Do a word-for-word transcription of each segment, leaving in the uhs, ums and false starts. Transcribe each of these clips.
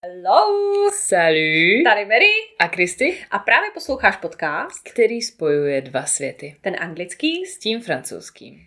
Hello! Salut! Tady Mary A Kristy, a právě posloucháš podcast, který spojuje dva světy. ten anglický S tím francouzským.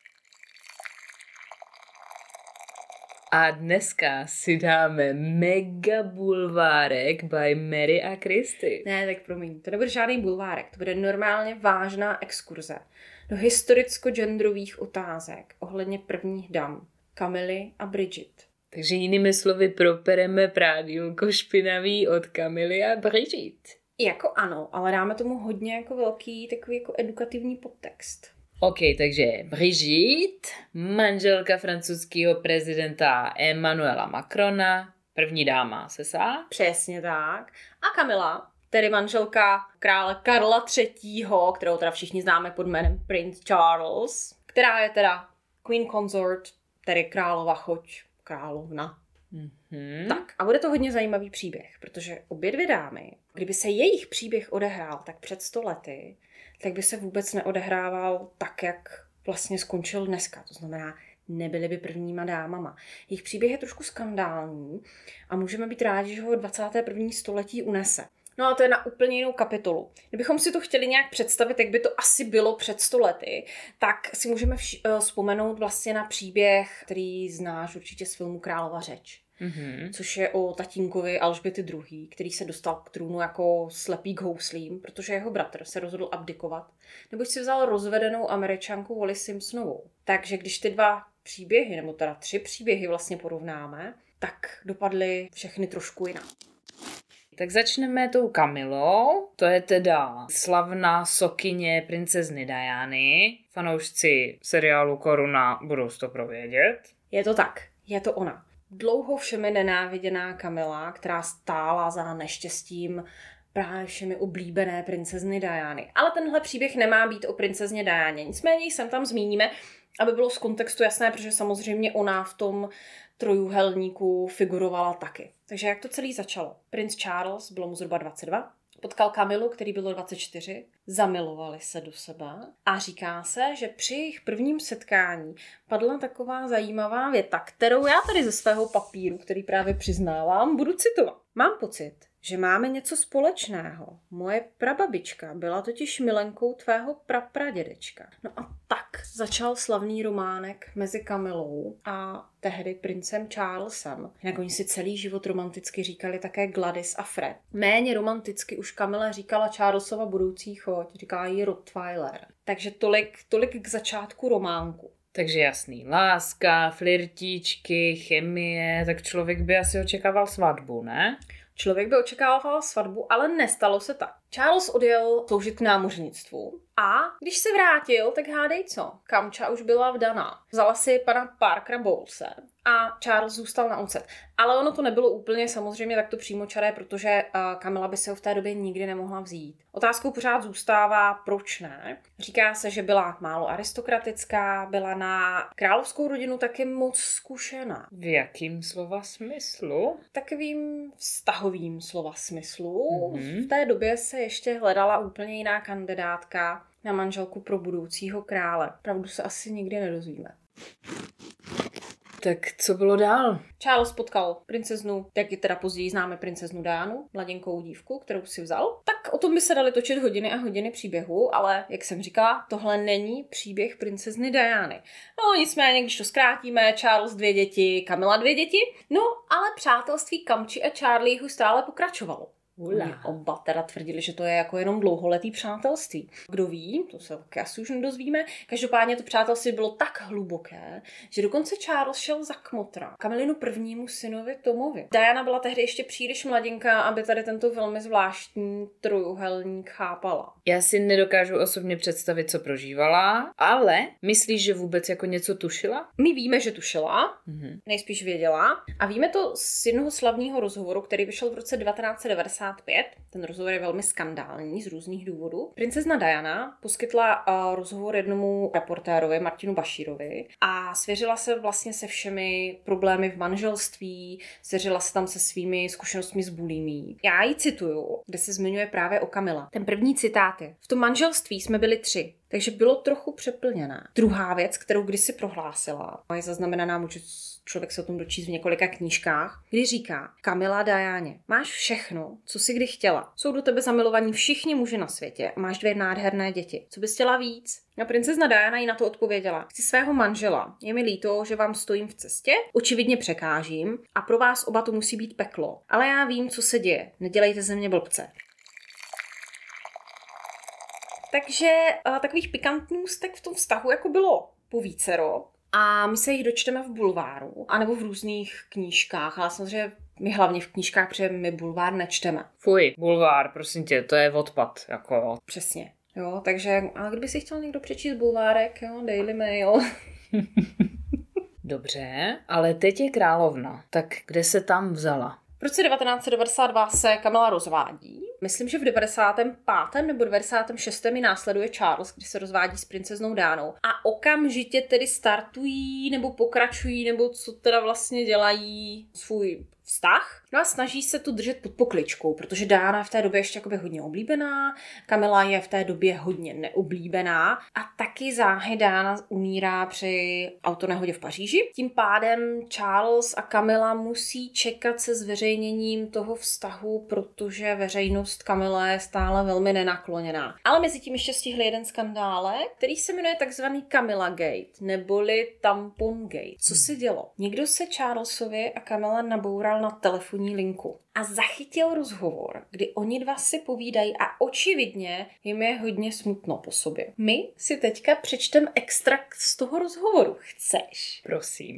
A dneska si dáme mega bulvárek by Mary a Kristy. Ne, tak promiň, to nebude žádný bulvárek, to bude normálně vážná exkurze do historicko-genderových otázek ohledně prvních dam, Kamily a Bridget. Takže jinými slovy propereme prádílko špinavý od Kamily a Bridget. Jako ano, ale dáme tomu hodně jako velký takový jako edukativní podtext. OK, takže Brigitte, manželka francouzského prezidenta Emmanuela Macrona, první dáma sesa. Přesně tak. A Kamila, tedy manželka krále Karla třetího, kterou teda všichni známe pod jménem Prince Charles, která je teda Queen Consort, tedy králova choť, královna. Mm-hmm. Tak a bude to hodně zajímavý příběh, protože obě dvě dámy, kdyby se jejich příběh odehrál tak před sto lety, tak by se vůbec neodehrával tak, jak vlastně skončil dneska. To znamená, nebyly by prvníma dámama. Jejich příběh je trošku skandální a můžeme být rádi, že ho dvacáté první století unese. No a to je na úplně jinou kapitolu. Kdybychom si to chtěli nějak představit, jak by to asi bylo před sto lety, tak si můžeme vš- uh, vzpomenout vlastně na příběh, který znáš určitě z filmu Králova řeč. Mm-hmm. Což je o tatínkovi Alžběty druhé., který se dostal k trůnu jako slepý k houslím, protože jeho bratr se rozhodl abdikovat, neboť si vzal rozvedenou Američanku Wallis Simpsonovou. Takže když ty dva příběhy, nebo teda tři příběhy vlastně porovnáme, tak dopadly všechny trošku jinak. Tak začneme tou Kamilou, to je teda slavná sokyně princezny Diany. Fanoušci seriálu Koruna budou to provědět. Je to tak, je to ona. Dlouho všemi nenáviděná Kamila, která stála za neštěstím právě všemi oblíbené princezny Diany. Ale tenhle příběh nemá být o princezně Dianě, nicméně sem tam zmíníme, aby bylo z kontextu jasné, protože samozřejmě ona v tom trojúhelníku figurovala taky. Takže jak to celé začalo? Prince Charles, bylo mu zhruba dvacet dva, potkal Kamilu, který bylo dvacet čtyři, zamilovali se do sebe a říká se, že při jejich prvním setkání padla taková zajímavá věta, kterou já tady ze svého papíru, který právě přiznávám, budu citovat. Mám pocit, že máme něco společného. Moje prababička byla totiž milenkou tvého prapradědečka. No a tak začal slavný románek mezi Kamilou a tehdy princem Charlesem. Jinak oni si celý život romanticky říkali také Gladys a Fred. Méně romanticky už Kamila říkala Charlesova budoucí choť, říkala jí Rottweiler. Takže tolik, tolik k začátku románku. Takže jasný, láska, flirtíčky, chemie, tak člověk by asi očekával svatbu, ne? Člověk by očekával svatbu, ale nestalo se tak. Charles odjel sloužit k námořnictvu a když se vrátil, tak hádej co, Kamča už byla vdaná. Vzala si pana Parkera Bowlese a Charles zůstal na ocet. Ale ono to nebylo úplně samozřejmě takto přímočaré, protože uh, Kamila by se ho v té době nikdy nemohla vzít. Otázkou pořád zůstává, proč ne. Říká se, že byla málo aristokratická, byla na královskou rodinu taky moc zkušená. V jakým slova smyslu? Takovým vztahovým slova smyslu. Mm-hmm. V té době se ještě hledala úplně jiná kandidátka na manželku pro budoucího krále. Pravdu se asi nikdy nedozvíme. Tak co bylo dál? Charles potkal princeznu, jak ji teda později známe princeznu Dianu, mladinkou dívku, kterou si vzal. Tak o tom by se daly točit hodiny a hodiny příběhu, ale jak jsem říkala, tohle není příběh princezny Diany. No nicméně, když to zkrátíme, Charles dvě děti, Kamila dvě děti, no ale přátelství Kamči a Charlieho stále pokračovalo. Oni oba teda tvrdili, že to je jako jenom dlouholetý přátelství. Kdo ví, to se taky asi už nedozvíme. Každopádně to přátelství bylo tak hluboké, že dokonce Charles šel za kmotra Kamilinu prvnímu synovi Tomovi. Diana byla tehdy ještě příliš mladinká, aby tady tento velmi zvláštní trojuhelník chápala. Já si nedokážu osobně představit, co prožívala, ale myslíš, že vůbec jako něco tušila? My víme, že tušila, Mm-hmm. nejspíš věděla. A víme to z jednoho slavného rozhovoru, který vyšel v roce devatenáct set devadesát pět. Ten rozhovor je velmi skandální z různých důvodů. Princezna Diana poskytla uh, rozhovor jednomu reportérovi, Martinu Bašírovi, a svěřila se vlastně se všemi problémy v manželství, svěřila se tam se svými zkušenostmi s bulimí. Já ji cituju, kde se zmiňuje právě o Kamila. Ten první citát je: v tom manželství jsme byli tři. takže bylo trochu přeplněné. Druhá věc, kterou kdysi prohlásila, je zaznamenaná, může člověk se o tom dočíst v několika knížkách, kdy říká: Kamila Dianě, máš všechno, co jsi kdy chtěla. Jsou do tebe zamilovaní všichni muži na světě. Máš dvě nádherné děti. Co bys chtěla víc? A princezna Diana jí na to odpověděla: chci svého manžela. Je mi líto, že vám stojím v cestě, očividně překážím a pro vás oba to musí být peklo. Ale já vím, co se děje. Nedělejte ze mě blbce. Takže uh, takových pikantnůstek v tom vztahu jako bylo povícero. A my se jich dočteme v bulváru, anebo v různých knížkách, ale samozřejmě my hlavně v knížkách, protože my bulvár nečteme. Fuj, bulvár, prosím tě, to je odpad, jako jo. Přesně, jo, takže, ale kdyby si chtěl někdo přečíst bulvárek, jo, Daily Mail. Dobře, ale teď je královna, tak kde se tam vzala? V roce devatenáct set devadesát dva se Kamila rozvádí. Myslím, že v devadesátém pátém nebo devadesátém šestém ji následuje Charles, kdy se rozvádí s princeznou Dianou. A okamžitě tedy startují nebo pokračují, nebo co teda vlastně dělají svůj vztah. No a snaží se to držet pod pokličkou, protože Diana je v té době ještě jakoby hodně oblíbená, Kamila je v té době hodně neoblíbená a taky záhy Diana umírá při autonehodě v Paříži. Tím pádem Charles a Kamila musí čekat se zveřejněním toho vztahu, protože veřejnost Kamila je stále velmi nenakloněná. Ale mezi tím ještě stihli jeden skandálek, který se jmenuje takzvaný Camilla Gate, neboli Tampon Gate. Co se dělo? Někdo se Charlesovi a Kamila naboural na telefonní linku a zachytil rozhovor, kdy oni dva si povídají a očividně jim je hodně smutno po sobě. My si teďka přečtem extrakt z toho rozhovoru. Chceš? Prosím.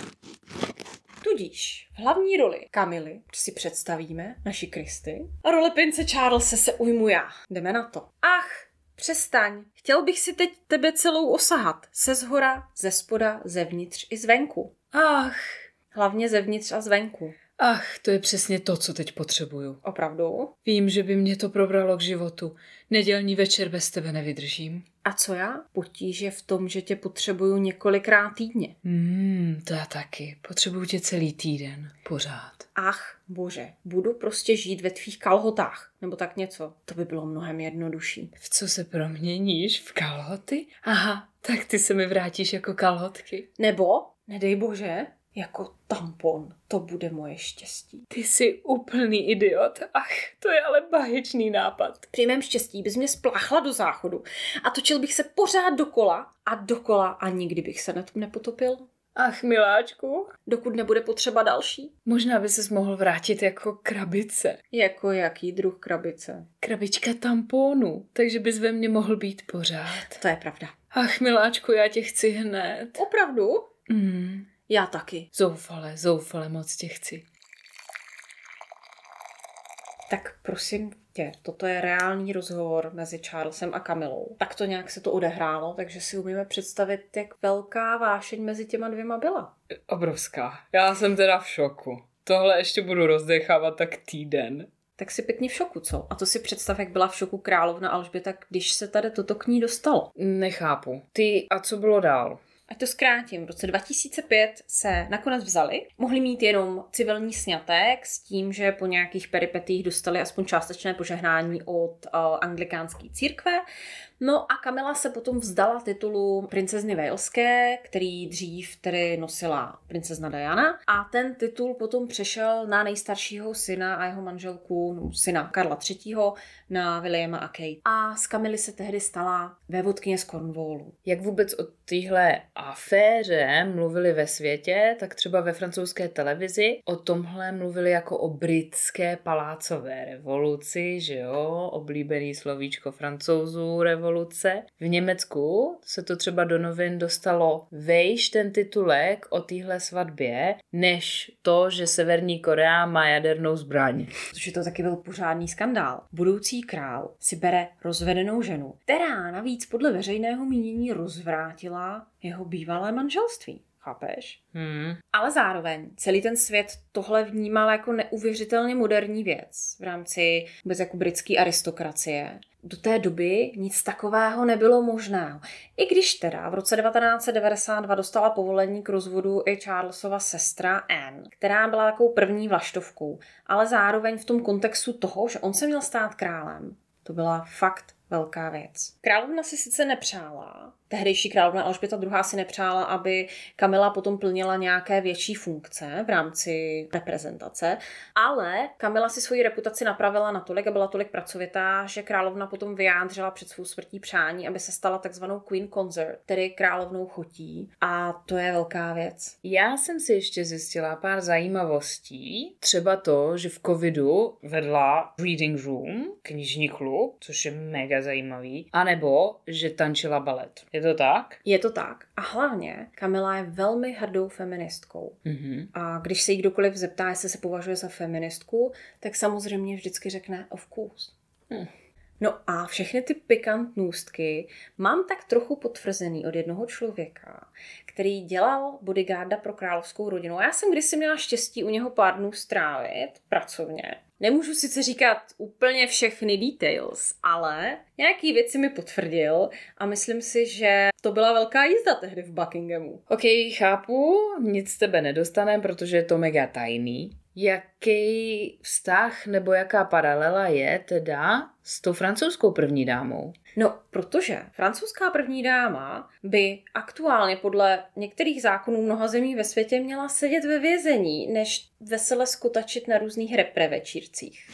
Tudíž v hlavní roli Kamily si představíme naši Kristy a role prince Charlese se ujmu já. Jdeme na to. Ach, přestaň. Chtěl bych si teď tebe celou osahat. Se zhora, ze spoda, zevnitř i zvenku. Ach. Hlavně zevnitř a zvenku. Ach, to je přesně to, co teď potřebuju. Opravdu? Vím, že by mě to probralo k životu. Nedělní večer bez tebe nevydržím. A co já? Potíž je v tom, že tě potřebuju několikrát týdně. Hmm, to já taky. Potřebuju tě celý týden. Pořád. Ach, bože, budu prostě žít ve tvých kalhotách. Nebo tak něco. To by bylo mnohem jednodušší. V co se proměníš? V kalhoty? Aha, tak ty se mi vrátíš jako kalhotky. Nebo, nedej bože, jako tampon. To bude moje štěstí. Ty jsi úplný idiot. Ach, to je ale báječný nápad. Při mém štěstí bys mě spláchla do záchodu a točil bych se pořád dokola a dokola a nikdy bych se na tom nepotopil. Ach, miláčku. Dokud nebude potřeba další. Možná by ses mohl vrátit jako krabice. Jako jaký druh krabice? Krabička tampónu, takže bys ve mně mohl být pořád. To je pravda. Ach, miláčku, já tě chci hned. Opravdu? Mm. Já taky. Zoufale, zoufale moc tě chci. Tak prosím tě, toto je reálný rozhovor mezi Charlesem a Kamilou. Tak to nějak se to odehrálo, takže si umíme představit, jak velká vášeň mezi těma dvěma byla. Obrovská. Já jsem teda v šoku. Tohle ještě budu rozdechávat tak týden. Tak si pěkně v šoku, co? A to si představ, jak byla v šoku královna Alžběta, když se tady toto k ní dostalo. Nechápu. Ty, a co bylo dál? Ať to zkrátím, v roce dva tisíce pět se nakonec vzali. Mohli mít jenom civilní sňatek s tím, že po nějakých peripetích dostali aspoň částečné požehnání od uh, anglikánské církve. No a Kamila se potom vzdala titulu princezny Waleské, který dřív tedy nosila princezna Diana. A ten titul potom přešel na nejstaršího syna a jeho manželku, no, syna Karla třetího, na Williama a Kate. A z Kamily se tehdy stala vévodkyně z Cornwallu. Jak vůbec o téhle aféře mluvili ve světě, tak třeba ve francouzské televizi o tomhle mluvili jako o britské palácové revoluci, že jo, oblíbený slovíčko Francouzů revoluce. V Německu se to třeba do novin dostalo vejš ten titulek o téhle svatbě, než to, že Severní Korea má jadernou zbraň. Což je to taky byl pořádný skandál. Budoucí král si bere rozvedenou ženu, která navíc podle veřejného mínění rozvrátila jeho bývalé manželství. Chápeš? Hmm. Ale zároveň celý ten svět tohle vnímal jako neuvěřitelně moderní věc v rámci vůbec jako britské aristokracie. Do té doby nic takového nebylo možné. I když teda v roce devatenáct set devadesát dva dostala povolení k rozvodu i Charlesova sestra Anne, která byla takovou první vlaštovkou, ale zároveň v tom kontextu toho, že on se měl stát králem. To byla fakt velká věc. Královna si sice nepřála, tehdejší královna Alžběta druhá. si nepřála, aby Kamila potom plnila nějaké větší funkce v rámci reprezentace, ale Kamila si svoji reputaci napravila natolik a byla tolik pracovitá, že královna potom vyjádřila před svou smrtí přání, aby se stala takzvanou Queen Consort, tedy královnou chotí, a to je velká věc. Já jsem si ještě zjistila pár zajímavostí, třeba to, že v covidu vedla reading room, knižní klub, což je mega zajímavý, anebo že tančila balet. Je to tak? Je to tak. A hlavně Kamila je velmi hrdou feministkou. Mm-hmm. A když se jí kdokoliv zeptá, jestli se považuje za feministku, tak samozřejmě vždycky řekne of course. Mm. No a všechny ty pikantnůstky mám tak trochu potvrzený od jednoho člověka, který dělal bodyguarda pro královskou rodinu. A já jsem kdysi měla štěstí u něho pár dnů strávit pracovně. Nemůžu sice říkat úplně všechny details, ale nějaký věci mi potvrdil a myslím si, že to byla velká jízda tehdy v Buckinghamu. Ok, chápu, nic z tebe nedostanem, protože je to mega tajný. Jaký vztah nebo jaká paralela je teda s tou francouzskou první dámou? No, protože francouzská první dáma by aktuálně podle některých zákonů mnoha zemí ve světě měla sedět ve vězení, než vesele skotačit na různých repre večírcích.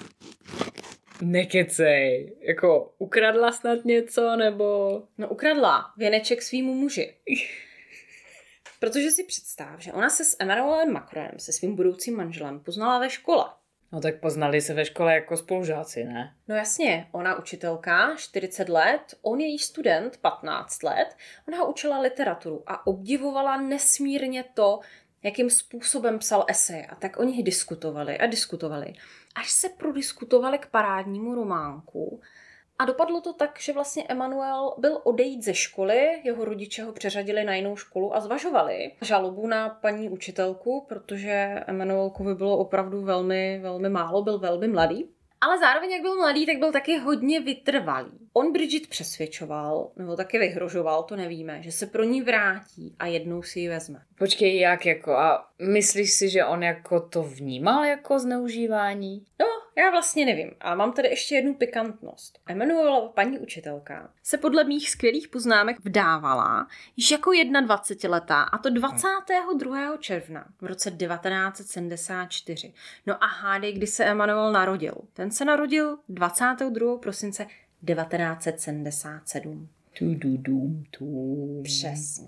Nekecej, jako ukradla snad něco, nebo... No, ukradla věneček svýmu muži. Protože si představ, že ona se s Emmanuelem Macronem, se svým budoucím manželem, poznala ve škole. No tak poznali se ve škole jako spolužáci, ne? No jasně, ona učitelka, čtyřicet let, on její student, patnáct let, ona ho učila literaturu a obdivovala nesmírně to, jakým způsobem psal esej. A tak o nich diskutovali a diskutovali, až se prodiskutovali k parádnímu románku. A dopadlo to tak, že vlastně Emmanuel byl odejít ze školy, jeho rodiče ho přeřadili na jinou školu a zvažovali žalobu na paní učitelku, protože Emmanuelkovi bylo opravdu velmi, velmi málo, byl velmi mladý. Ale zároveň, jak byl mladý, tak byl taky hodně vytrvalý. On Bridget přesvědčoval, nebo taky vyhrožoval, to nevíme, že se pro ní vrátí a jednou si ji vezme. Počkej, jak jako? A myslíš si, že on jako to vnímal jako zneužívání? No, já vlastně nevím. A mám tady ještě jednu pikantnost. Emmanuelova paní učitelka se podle mých skvělých poznámek vdávala již jako dvacetiletá, a to dvacátého druhého června v roce devatenáct set sedmdesát čtyři. No a hádej, kdy se Emmanuel narodil. Ten se narodil dvacátého druhého prosince devatenáct set sedmdesát sedm. Tu, du, dum, tu. Přesně.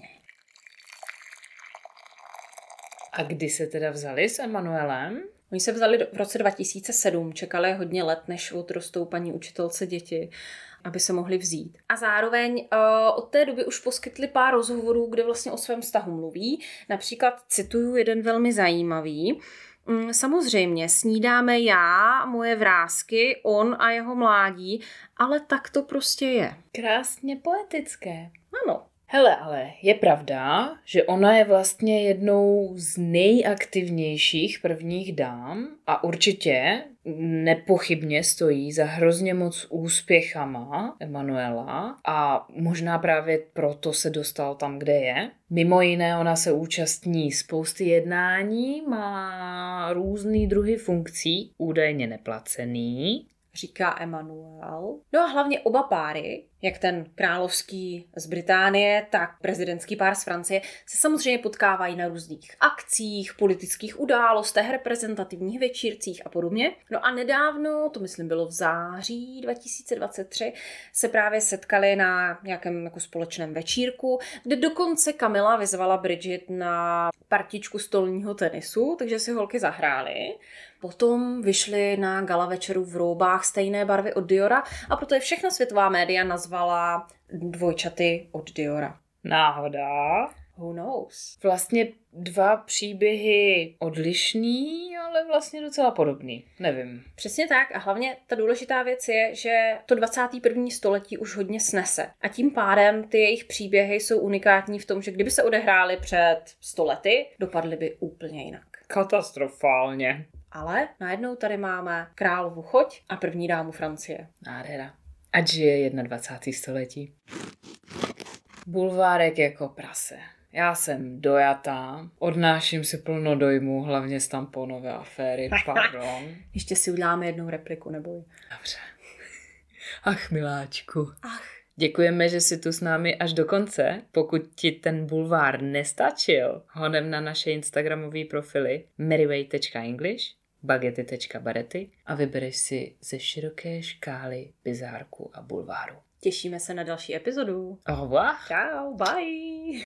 A kdy se teda vzali s Emmanuelem? Oni se vzali v roce dva tisíce sedm, čekali hodně let, než odrostou paní učitelce děti, aby se mohli vzít. A zároveň uh, od té doby už poskytli pár rozhovorů, kde vlastně o svém vztahu mluví. Například cituju jeden velmi zajímavý. Samozřejmě, snídáme já, moje vrásky, on a jeho mládí, ale tak to prostě je. Krásně poetické. Ano. Hele, ale je pravda, že ona je vlastně jednou z nejaktivnějších prvních dám a určitě nepochybně stojí za hrozně moc úspěchama Emmanuela a možná právě proto se dostal tam, kde je. Mimo jiné ona se účastní spousty jednání, má různý druhy funkcí, údajně neplacený. Říká Emmanuel. No a hlavně oba páry, jak ten královský z Británie, tak prezidentský pár z Francie, se samozřejmě potkávají na různých akcích, politických událostech, reprezentativních večírcích a podobně. No a nedávno, to myslím bylo v září dva tisíce dvacet tři, se právě setkali na nějakém jako společném večírku, kde dokonce Kamila vyzvala Bridget na partičku stolního tenisu, takže si holky zahrály. Potom vyšli na gala večeru v roubách stejné barvy od Diora a proto je všechna světová média nazvala dvojčaty od Diora. Náhoda. Who knows? Vlastně dva příběhy odlišný, ale vlastně docela podobný. Nevím. Přesně tak a hlavně ta důležitá věc je, že to dvacáté první století už hodně snese. A tím pádem ty jejich příběhy jsou unikátní v tom, že kdyby se odehrály před sto lety, dopadly by úplně jinak. Katastrofálně. Ale najednou tady máme královu choť a první dámu Francie. Nádhera. Ať žije dvacátého prvního století. Bulvárek jako prase. Já jsem dojatá, odnáším si plno dojmů, hlavně z tamponové aféry, pardon. Ještě si uděláme jednou repliku, neboj. Dobře. Ach, miláčku. Ach. Děkujeme, že jsi tu s námi až do konce. Pokud ti ten bulvár nestačil, hodem na naše instagramové profily meryway tečka english, bagety tečka barety a vybereš si ze široké škály bizárku a bulváru. Těšíme se na další epizodu. Au revoir. Čau, bye.